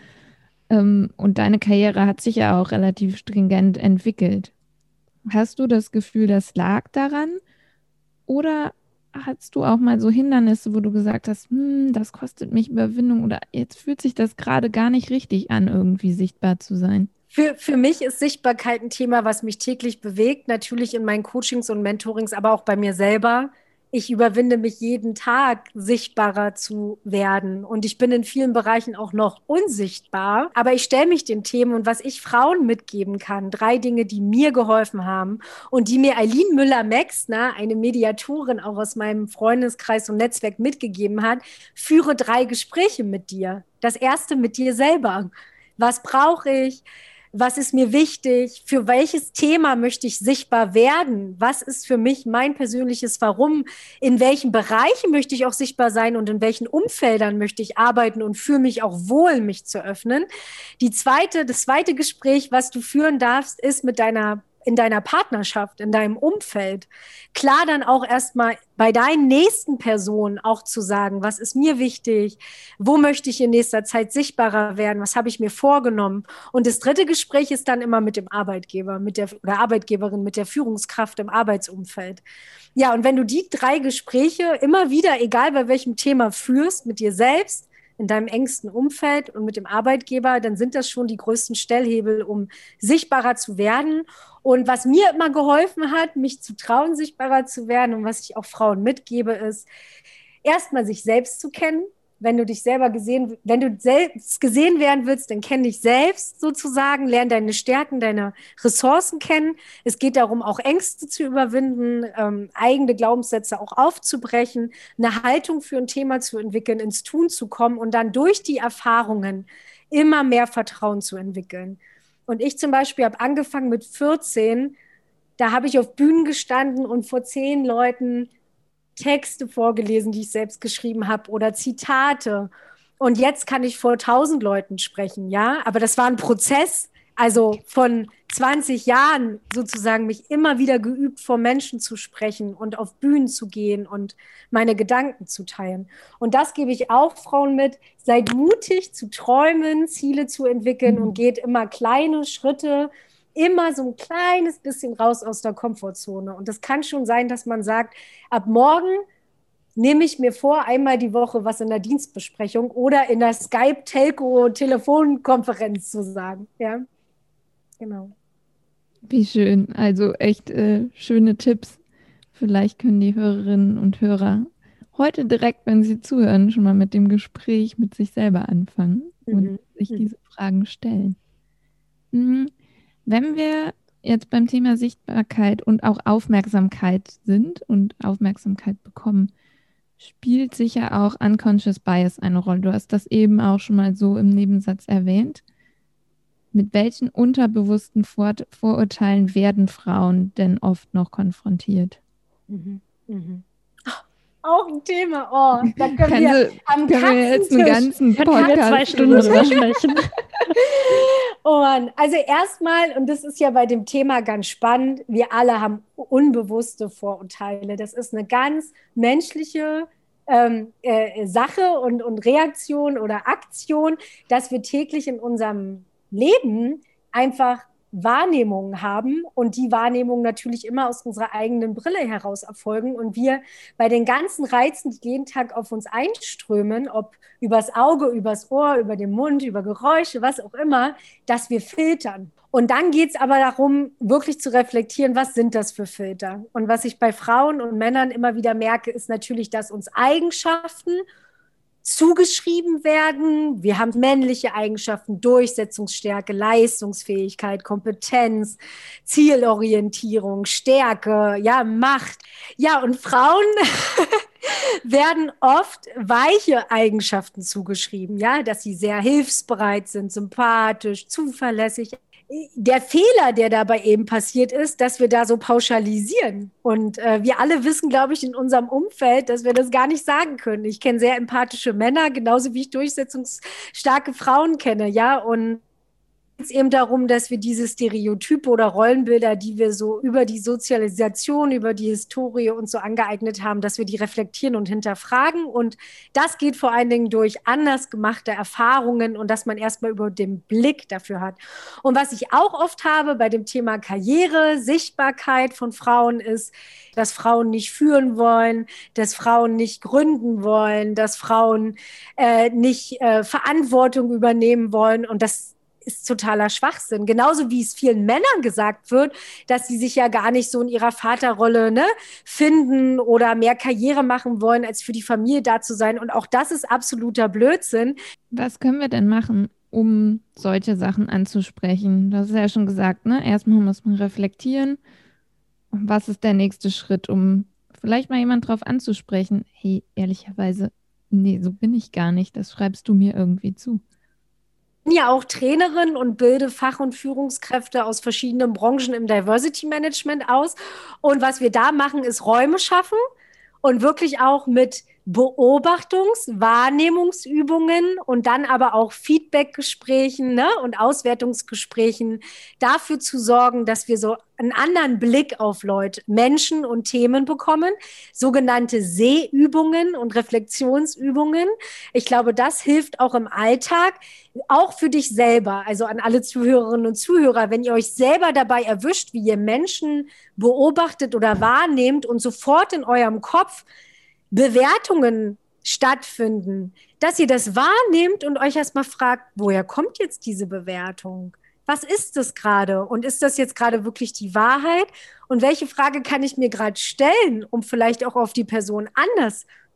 Und deine Karriere hat sich ja auch relativ stringent entwickelt. Hast du das Gefühl, das lag daran? Oder hattest du auch mal so Hindernisse, wo du gesagt hast, das kostet mich Überwindung oder jetzt fühlt sich das gerade gar nicht richtig an, irgendwie sichtbar zu sein? Für mich ist Sichtbarkeit ein Thema, was mich täglich bewegt, natürlich in meinen Coachings und Mentorings, aber auch bei mir selber. Ich überwinde mich jeden Tag, sichtbarer zu werden. Und ich bin in vielen Bereichen auch noch unsichtbar. Aber ich stelle mich den Themen und was ich Frauen mitgeben kann, 3 Dinge, die mir geholfen haben und die mir Eileen Müller-Mexner, eine Mediatorin auch aus meinem Freundeskreis und Netzwerk mitgegeben hat, führe 3 Gespräche mit dir. Das erste mit dir selber. Was brauche ich? Was ist mir wichtig? Für welches Thema möchte ich sichtbar werden? Was ist für mich mein persönliches Warum? In welchen Bereichen möchte ich auch sichtbar sein und in welchen Umfeldern möchte ich arbeiten und fühle mich auch wohl, mich zu öffnen? Das zweite Gespräch, was du führen darfst, ist in deiner Partnerschaft, in deinem Umfeld. Klar dann auch erstmal bei deinen nächsten Personen auch zu sagen, was ist mir wichtig, wo möchte ich in nächster Zeit sichtbarer werden, was habe ich mir vorgenommen. Und das dritte Gespräch ist dann immer mit dem Arbeitgeber, oder Arbeitgeberin, mit der Führungskraft im Arbeitsumfeld. Ja, und wenn du die 3 Gespräche immer wieder, egal bei welchem Thema, führst, mit dir selbst, in deinem engsten Umfeld und mit dem Arbeitgeber, dann sind das schon die größten Stellhebel, um sichtbarer zu werden. Und was mir immer geholfen hat, mich zu trauen, sichtbarer zu werden und was ich auch Frauen mitgebe, ist, erstmal sich selbst zu kennen, wenn du wenn du selbst gesehen werden willst, dann kenn dich selbst sozusagen, lern deine Stärken, deine Ressourcen kennen. Es geht darum, auch Ängste zu überwinden, eigene Glaubenssätze auch aufzubrechen, eine Haltung für ein Thema zu entwickeln, ins Tun zu kommen und dann durch die Erfahrungen immer mehr Vertrauen zu entwickeln. Und ich zum Beispiel habe angefangen mit 14, da habe ich auf Bühnen gestanden und vor 10 Leuten Texte vorgelesen, die ich selbst geschrieben habe oder Zitate. Und jetzt kann ich vor 1000 Leuten sprechen, ja. Aber das war ein Prozess, also von 20 Jahren sozusagen mich immer wieder geübt, vor Menschen zu sprechen und auf Bühnen zu gehen und meine Gedanken zu teilen. Und das gebe ich auch Frauen mit. Seid mutig zu träumen, Ziele zu entwickeln und geht immer kleine Schritte, immer so ein kleines bisschen raus aus der Komfortzone. Und das kann schon sein, dass man sagt, ab morgen nehme ich mir vor, einmal die Woche was in der Dienstbesprechung oder in der Skype-Telco-Telefonkonferenz zu sagen. Ja, genau. Wie schön. Also echt schöne Tipps. Vielleicht können die Hörerinnen und Hörer heute direkt, wenn sie zuhören, schon mal mit dem Gespräch mit sich selber anfangen und sich diese Fragen stellen. Wenn wir jetzt beim Thema Sichtbarkeit und auch Aufmerksamkeit sind und Aufmerksamkeit bekommen, spielt sicher auch Unconscious Bias eine Rolle. Du hast das eben auch schon mal so im Nebensatz erwähnt. Mit welchen unterbewussten Vorurteilen werden Frauen denn oft noch konfrontiert? Auch ein Thema. Oh, da können wir jetzt einen ganzen Podcast 2 Stunden drüber sprechen. Oh Mann, also erstmal, und das ist ja bei dem Thema ganz spannend, wir alle haben unbewusste Vorurteile. Das ist eine ganz menschliche Sache und Reaktion oder Aktion, dass wir täglich in unserem Leben einfach Wahrnehmungen haben und die Wahrnehmungen natürlich immer aus unserer eigenen Brille heraus erfolgen und wir bei den ganzen Reizen, die jeden Tag auf uns einströmen, ob übers Auge, übers Ohr, über den Mund, über Geräusche, was auch immer, dass wir filtern. Und dann geht es aber darum, wirklich zu reflektieren, was sind das für Filter? Und was ich bei Frauen und Männern immer wieder merke, ist natürlich, dass uns Eigenschaften zugeschrieben werden. Wir haben männliche Eigenschaften, Durchsetzungsstärke, Leistungsfähigkeit, Kompetenz, Zielorientierung, Stärke, ja, Macht. Ja, und Frauen werden oft weiche Eigenschaften zugeschrieben, ja, dass sie sehr hilfsbereit sind, sympathisch, zuverlässig. Der Fehler, der dabei eben passiert ist, dass wir da so pauschalisieren. Und wir alle wissen, glaube ich, in unserem Umfeld, dass wir das gar nicht sagen können. Ich kenne sehr empathische Männer, genauso wie ich durchsetzungsstarke Frauen kenne, ja. Und es geht eben darum, dass wir diese Stereotype oder Rollenbilder, die wir so über die Sozialisation, über die Historie uns so angeeignet haben, dass wir die reflektieren und hinterfragen. Und das geht vor allen Dingen durch anders gemachte Erfahrungen und dass man erstmal über den Blick dafür hat. Und was ich auch oft habe bei dem Thema Karriere, Sichtbarkeit von Frauen ist, dass Frauen nicht führen wollen, dass Frauen nicht gründen wollen, dass Frauen nicht Verantwortung übernehmen wollen. Und das ist totaler Schwachsinn. Genauso wie es vielen Männern gesagt wird, dass sie sich ja gar nicht so in ihrer Vaterrolle finden oder mehr Karriere machen wollen, als für die Familie da zu sein. Und auch das ist absoluter Blödsinn. Was können wir denn machen, um solche Sachen anzusprechen? Das ist ja schon gesagt, ne? Erstmal muss man reflektieren. Was ist der nächste Schritt, um vielleicht mal jemand drauf anzusprechen? Hey, ehrlicherweise, nee, so bin ich gar nicht. Das schreibst du mir irgendwie zu. Ich bin ja auch Trainerin und bilde Fach- und Führungskräfte aus verschiedenen Branchen im Diversity Management aus. Und was wir da machen, ist Räume schaffen und wirklich auch mit Wahrnehmungsübungen und dann aber auch Feedbackgesprächen und Auswertungsgesprächen dafür zu sorgen, dass wir so einen anderen Blick auf Leute, Menschen und Themen bekommen, sogenannte Sehübungen und Reflexionsübungen. Ich glaube, das hilft auch im Alltag, auch für dich selber, also an alle Zuhörerinnen und Zuhörer, wenn ihr euch selber dabei erwischt, wie ihr Menschen beobachtet oder wahrnehmt und sofort in eurem Kopf Bewertungen stattfinden, dass ihr das wahrnehmt und euch erstmal fragt, woher kommt jetzt diese Bewertung? Was ist das gerade? Und ist das jetzt gerade wirklich die Wahrheit? Und welche Frage kann ich mir gerade stellen, um vielleicht auch auf die Person anders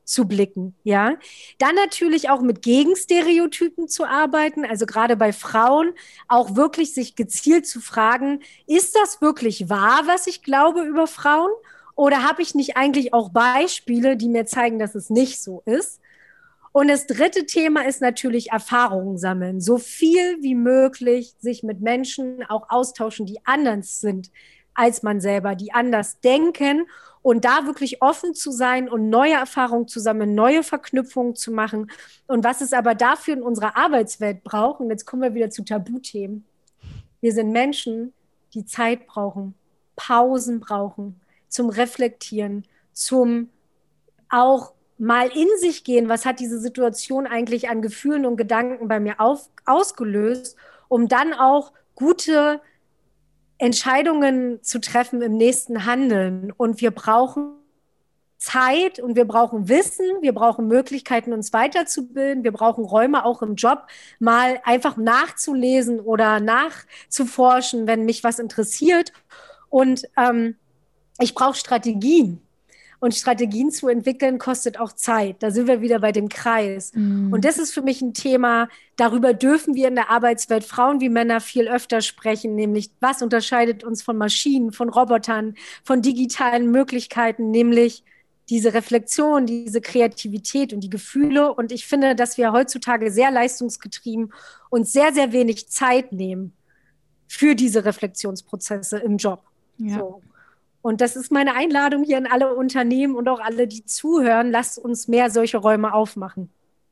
zu blicken, ja. Dann natürlich auch mit Gegenstereotypen zu arbeiten, also gerade bei Frauen auch wirklich sich gezielt zu fragen, ist das wirklich wahr, was ich glaube über Frauen? Oder habe ich nicht eigentlich auch Beispiele, die mir zeigen, dass es nicht so ist? Und das dritte Thema ist natürlich Erfahrungen sammeln. So viel wie möglich sich mit Menschen auch austauschen, die anders sind als man selber, die anders denken und da wirklich offen zu sein und neue Erfahrungen zu sammeln, neue Verknüpfungen zu machen. Und was es aber dafür in unserer Arbeitswelt braucht, und jetzt kommen wir wieder zu Tabuthemen. Wir sind Menschen, die Zeit brauchen, Pausen brauchen, zum Reflektieren, zum auch mal in sich gehen, was hat diese Situation eigentlich an Gefühlen und Gedanken bei mir ausgelöst, um dann auch gute Entscheidungen zu treffen im nächsten Handeln. Und wir brauchen Zeit und wir brauchen Wissen, wir brauchen Möglichkeiten, uns weiterzubilden, wir brauchen Räume auch im Job, mal einfach nachzulesen oder nachzuforschen, wenn mich was interessiert. Und ich brauche Strategien. Und Strategien zu entwickeln, kostet auch Zeit. Da sind wir wieder bei dem Kreis. Und das ist für mich ein Thema, darüber dürfen wir in der Arbeitswelt Frauen wie Männer viel öfter sprechen, nämlich was unterscheidet uns von Maschinen, von Robotern, von digitalen Möglichkeiten, nämlich diese Reflexion, diese Kreativität und die Gefühle. Und ich finde, dass wir heutzutage sehr leistungsgetrieben und sehr, sehr wenig Zeit nehmen für diese Reflexionsprozesse im Job. Ja. So. Und das ist meine Einladung hier an alle Unternehmen und auch alle, die zuhören. Lasst uns mehr solche Räume aufmachen.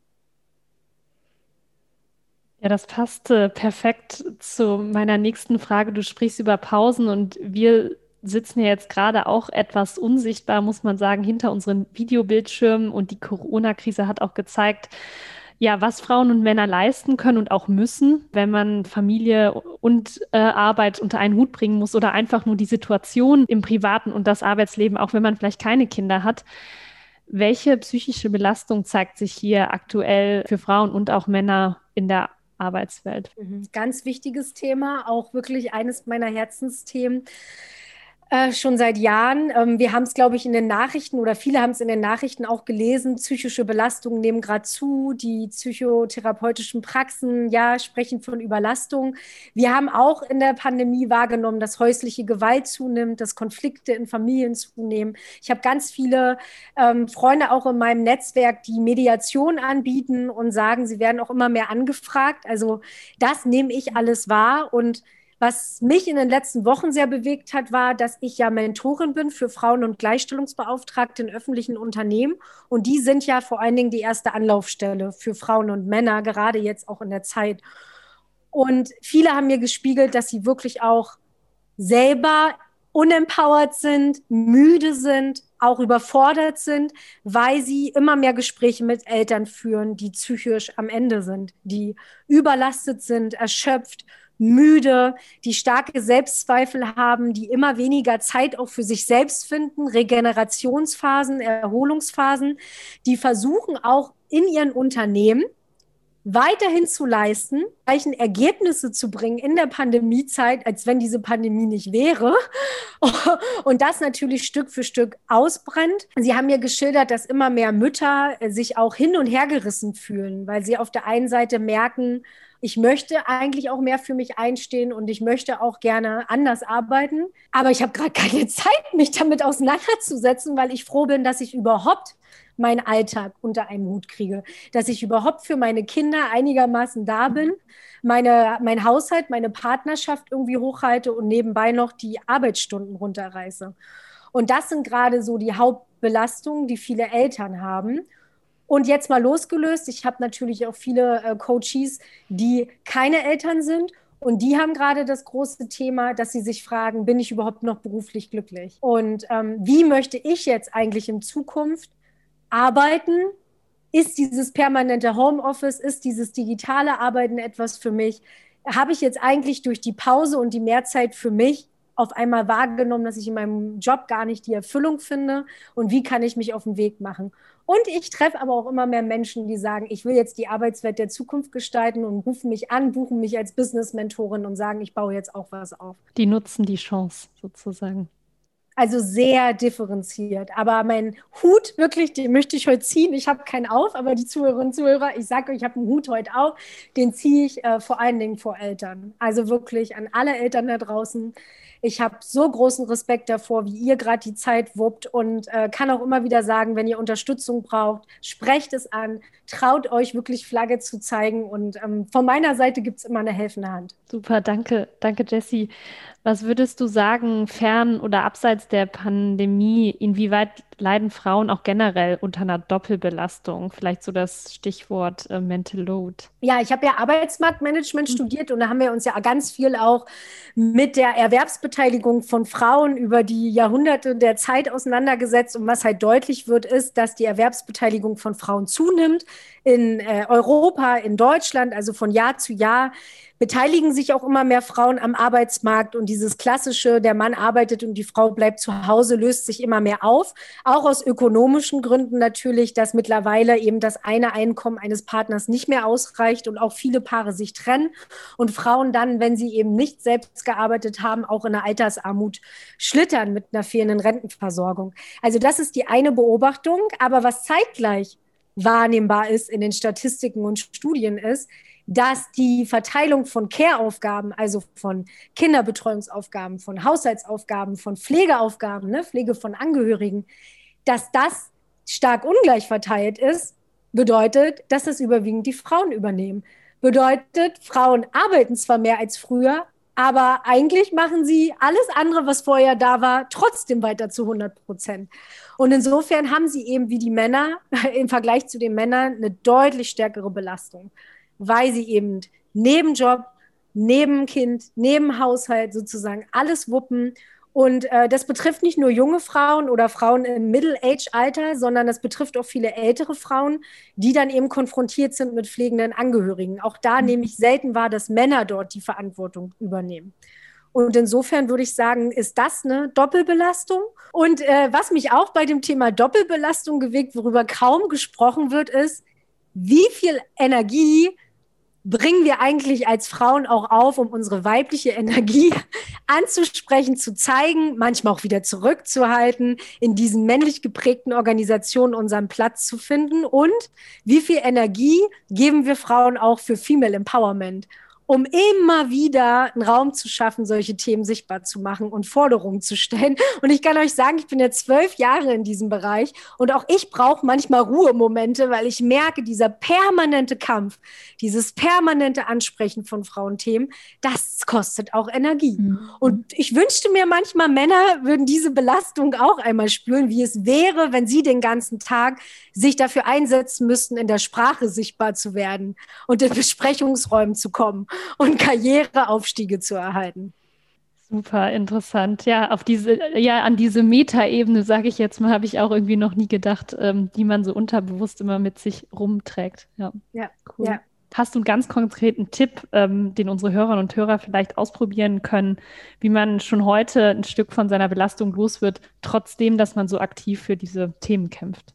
Ja, das passt perfekt zu meiner nächsten Frage. Du sprichst über Pausen und wir sitzen ja jetzt gerade auch etwas unsichtbar, muss man sagen, hinter unseren Videobildschirmen. Und die Corona-Krise hat auch gezeigt, ja, was Frauen und Männer leisten können und auch müssen, wenn man Familie und Arbeit unter einen Hut bringen muss oder einfach nur die Situation im privaten und das Arbeitsleben, auch wenn man vielleicht keine Kinder hat. Welche psychische Belastung zeigt sich hier aktuell für Frauen und auch Männer in der Arbeitswelt? Ganz wichtiges Thema, auch wirklich eines meiner Herzensthemen. Schon seit Jahren. Wir haben es, glaube ich, in den Nachrichten oder viele haben es in den Nachrichten auch gelesen. Psychische Belastungen nehmen gerade zu. Die psychotherapeutischen Praxen, ja, sprechen von Überlastung. Wir haben auch in der Pandemie wahrgenommen, dass häusliche Gewalt zunimmt, dass Konflikte in Familien zunehmen. Ich habe ganz viele Freunde auch in meinem Netzwerk, die Mediation anbieten und sagen, sie werden auch immer mehr angefragt. Also das nehme ich alles wahr. Und was mich in den letzten Wochen sehr bewegt hat, war, dass ich ja Mentorin bin für Frauen- und Gleichstellungsbeauftragte in öffentlichen Unternehmen. Und die sind ja vor allen Dingen die erste Anlaufstelle für Frauen und Männer, gerade jetzt auch in der Zeit. Und viele haben mir gespiegelt, dass sie wirklich auch selber unempowert sind, müde sind, auch überfordert sind, weil sie immer mehr Gespräche mit Eltern führen, die psychisch am Ende sind, die überlastet sind, erschöpft, müde, die starke Selbstzweifel haben, die immer weniger Zeit auch für sich selbst finden, Regenerationsphasen, Erholungsphasen, die versuchen auch in ihren Unternehmen weiterhin zu leisten, gleichen Ergebnisse zu bringen in der Pandemiezeit, als wenn diese Pandemie nicht wäre. Und das natürlich Stück für Stück ausbrennt. Sie haben mir geschildert, dass immer mehr Mütter sich auch hin und her gerissen fühlen, weil sie auf der einen Seite merken, ich möchte eigentlich auch mehr für mich einstehen und ich möchte auch gerne anders arbeiten. Aber ich habe gerade keine Zeit, mich damit auseinanderzusetzen, weil ich froh bin, dass ich überhaupt meinen Alltag unter einen Hut kriege, dass ich überhaupt für meine Kinder einigermaßen da bin, mein Haushalt, meine Partnerschaft irgendwie hochhalte und nebenbei noch die Arbeitsstunden runterreiße. Und das sind gerade so die Hauptbelastungen, die viele Eltern haben. Und jetzt mal losgelöst, ich habe natürlich auch viele Coaches, die keine Eltern sind. Und die haben gerade das große Thema, dass sie sich fragen, bin ich überhaupt noch beruflich glücklich? Und wie möchte ich jetzt eigentlich in Zukunft arbeiten? Ist dieses permanente Homeoffice, ist dieses digitale Arbeiten etwas für mich? Habe ich jetzt eigentlich durch die Pause und die Mehrzeit für mich auf einmal wahrgenommen, dass ich in meinem Job gar nicht die Erfüllung finde? Und wie kann ich mich auf den Weg machen? Und ich treffe aber auch immer mehr Menschen, die sagen, ich will jetzt die Arbeitswelt der Zukunft gestalten und rufen mich an, buchen mich als Business-Mentorin und sagen, ich baue jetzt auch was auf. Die nutzen die Chance sozusagen. Also sehr differenziert. Aber mein Hut, wirklich, den möchte ich heute ziehen. Ich habe keinen auf, aber die Zuhörerinnen und Zuhörer, ich sage euch, ich habe einen Hut heute auf. Den ziehe ich vor allen Dingen vor Eltern. Also wirklich an alle Eltern da draußen. Ich habe so großen Respekt davor, wie ihr gerade die Zeit wuppt und kann auch immer wieder sagen, wenn ihr Unterstützung braucht, sprecht es an, traut euch wirklich Flagge zu zeigen und von meiner Seite gibt es immer eine helfende Hand. Super, danke, danke, Jessie. Was würdest du sagen, fern oder abseits der Pandemie, inwieweit leiden Frauen auch generell unter einer Doppelbelastung? Vielleicht so das Stichwort Mental Load. Ja, ich habe ja Arbeitsmarktmanagement studiert und da haben wir uns ja ganz viel auch mit der Erwerbsbeteiligung von Frauen über die Jahrhunderte der Zeit auseinandergesetzt. Und was halt deutlich wird, ist, dass die Erwerbsbeteiligung von Frauen zunimmt. In Europa, in Deutschland, also von Jahr zu Jahr, beteiligen sich auch immer mehr Frauen am Arbeitsmarkt. Und dieses klassische, der Mann arbeitet und die Frau bleibt zu Hause, löst sich immer mehr auf. Auch aus ökonomischen Gründen natürlich, dass mittlerweile eben das eine Einkommen eines Partners nicht mehr ausreicht und auch viele Paare sich trennen und Frauen dann, wenn sie eben nicht selbst gearbeitet haben, auch in der Altersarmut schlittern mit einer fehlenden Rentenversorgung. Also das ist die eine Beobachtung. Aber was zeitgleich wahrnehmbar ist in den Statistiken und Studien ist, dass die Verteilung von Care-Aufgaben, also von Kinderbetreuungsaufgaben, von Haushaltsaufgaben, von Pflegeaufgaben, ne, Pflege von Angehörigen, dass das stark ungleich verteilt ist, bedeutet, dass es überwiegend die Frauen übernehmen. Bedeutet, Frauen arbeiten zwar mehr als früher, aber eigentlich machen sie alles andere, was vorher da war, trotzdem weiter zu 100%. Und insofern haben sie eben wie die Männer im Vergleich zu den Männern eine deutlich stärkere Belastung, weil sie eben neben Job, neben Kind, neben Haushalt sozusagen alles wuppen. Und das betrifft nicht nur junge Frauen oder Frauen im Middle-Age-Alter, sondern das betrifft auch viele ältere Frauen, die dann eben konfrontiert sind mit pflegenden Angehörigen. Auch da nehme ich selten wahr, dass Männer dort die Verantwortung übernehmen. Und insofern würde ich sagen, ist das eine Doppelbelastung. Und was mich auch bei dem Thema Doppelbelastung bewegt, worüber kaum gesprochen wird, ist, wie viel Energie bringen wir eigentlich als Frauen auch auf, um unsere weibliche Energie anzusprechen, zu zeigen, manchmal auch wieder zurückzuhalten, in diesen männlich geprägten Organisationen unseren Platz zu finden und wie viel Energie geben wir Frauen auch für Female Empowerment, um immer wieder einen Raum zu schaffen, solche Themen sichtbar zu machen und Forderungen zu stellen. Und ich kann euch sagen, ich bin jetzt 12 Jahre in diesem Bereich und auch ich brauche manchmal Ruhemomente, weil ich merke, dieser permanente Kampf, dieses permanente Ansprechen von Frauenthemen, das kostet auch Energie. Und ich wünschte mir manchmal, Männer würden diese Belastung auch einmal spüren, wie es wäre, wenn sie den ganzen Tag sich dafür einsetzen müssten, in der Sprache sichtbar zu werden und in Besprechungsräumen zu kommen und Karriereaufstiege zu erhalten. Super interessant. Ja, an diese Metaebene, sage ich jetzt mal, habe ich auch irgendwie noch nie gedacht, die man so unterbewusst immer mit sich rumträgt. Ja, cool. Ja. Hast du einen ganz konkreten Tipp, den unsere Hörerinnen und Hörer vielleicht ausprobieren können, wie man schon heute ein Stück von seiner Belastung los wird, trotzdem, dass man so aktiv für diese Themen kämpft?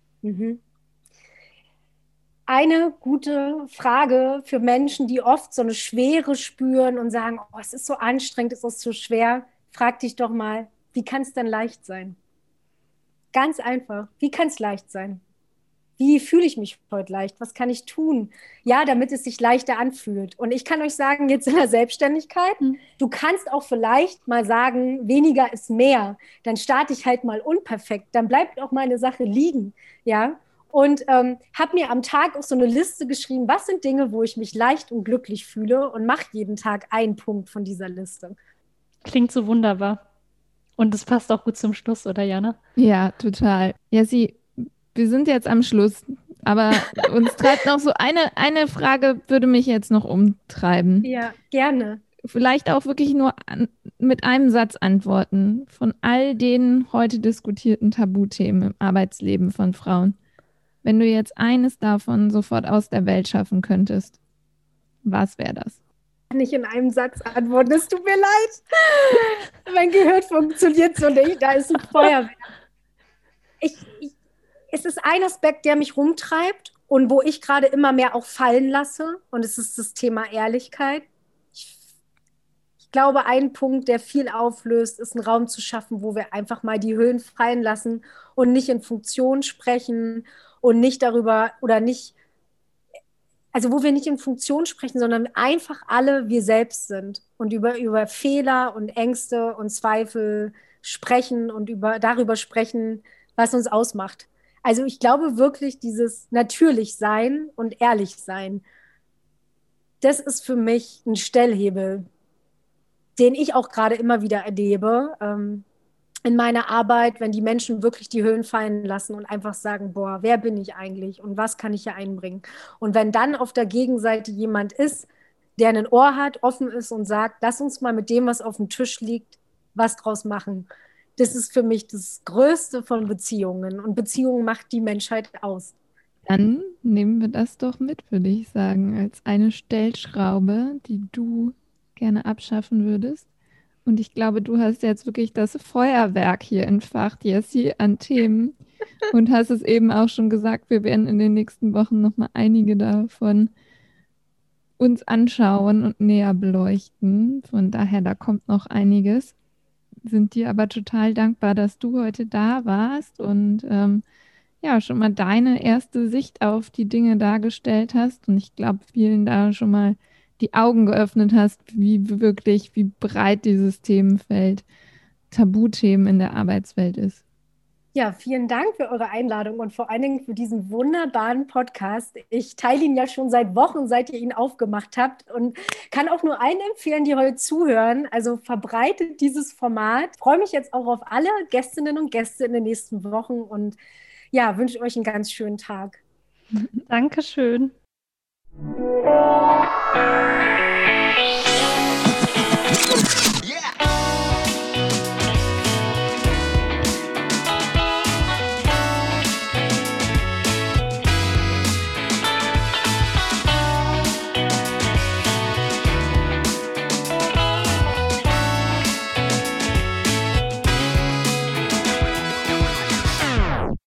Eine gute Frage für Menschen, die oft so eine Schwere spüren und sagen, oh, es ist so anstrengend, es ist so schwer. Frag dich doch mal, wie kann es denn leicht sein? Ganz einfach, wie kann es leicht sein? Wie fühle ich mich heute leicht? Was kann ich tun? Ja, damit es sich leichter anfühlt. Und ich kann euch sagen, jetzt in der Selbstständigkeit, du kannst auch vielleicht mal sagen, weniger ist mehr. Dann starte ich halt mal unperfekt. Dann bleibt auch mal eine Sache liegen. Ja. Und habe mir am Tag auch so eine Liste geschrieben, was sind Dinge, wo ich mich leicht und glücklich fühle und mache jeden Tag einen Punkt von dieser Liste. Klingt so wunderbar. Und es passt auch gut zum Schluss, oder Jana? Ja, total. Jessie, wir sind jetzt am Schluss, aber uns treibt noch so eine Frage, würde mich jetzt noch umtreiben. Ja, gerne. Vielleicht auch wirklich nur mit einem Satz antworten von all den heute diskutierten Tabuthemen im Arbeitsleben von Frauen. Wenn du jetzt eines davon sofort aus der Welt schaffen könntest, was wäre das? Nicht in einem Satz antworten, es tut mir leid. Mein Gehirn funktioniert so nicht, da ist ein Feuerwerk. Es ist ein Aspekt, der mich rumtreibt und wo ich gerade immer mehr auch fallen lasse und es ist das Thema Ehrlichkeit. Ich glaube, ein Punkt, der viel auflöst, ist einen Raum zu schaffen, wo wir einfach mal die Höhen fallen lassen und nicht in Funktion sprechen und nicht darüber oder nicht, also wo wir nicht in Funktion sprechen, sondern einfach alle wir selbst sind und über Fehler und Ängste und Zweifel sprechen und darüber sprechen, was uns ausmacht. Also ich glaube wirklich, dieses natürlich sein und ehrlich sein, das ist für mich ein Stellhebel, den ich auch gerade immer wieder erlebe, in meiner Arbeit, wenn die Menschen wirklich die Höhen fallen lassen und einfach sagen, boah, wer bin ich eigentlich und was kann ich hier einbringen? Und wenn dann auf der Gegenseite jemand ist, der ein Ohr hat, offen ist und sagt, lass uns mal mit dem, was auf dem Tisch liegt, was draus machen. Das ist für mich das Größte von Beziehungen. Und Beziehungen macht die Menschheit aus. Dann nehmen wir das doch mit, würde ich sagen, als eine Stellschraube, die du gerne abschaffen würdest. Und ich glaube, du hast jetzt wirklich das Feuerwerk hier entfacht, Jessie, an Themen. Und hast es eben auch schon gesagt, wir werden in den nächsten Wochen nochmal einige davon uns anschauen und näher beleuchten. Von daher, da kommt noch einiges. Sind dir aber total dankbar, dass du heute da warst und ja, schon mal deine erste Sicht auf die Dinge dargestellt hast. Und ich glaube, vielen da schon mal die Augen geöffnet hast, wie breit dieses Themenfeld Tabuthemen in der Arbeitswelt ist. Ja, vielen Dank für eure Einladung und vor allen Dingen für diesen wunderbaren Podcast. Ich teile ihn ja schon seit Wochen, seit ihr ihn aufgemacht habt und kann auch nur allen empfehlen, die heute zuhören. Also verbreitet dieses Format. Ich freue mich jetzt auch auf alle Gästinnen und Gäste in den nächsten Wochen und ja, wünsche euch einen ganz schönen Tag. Dankeschön.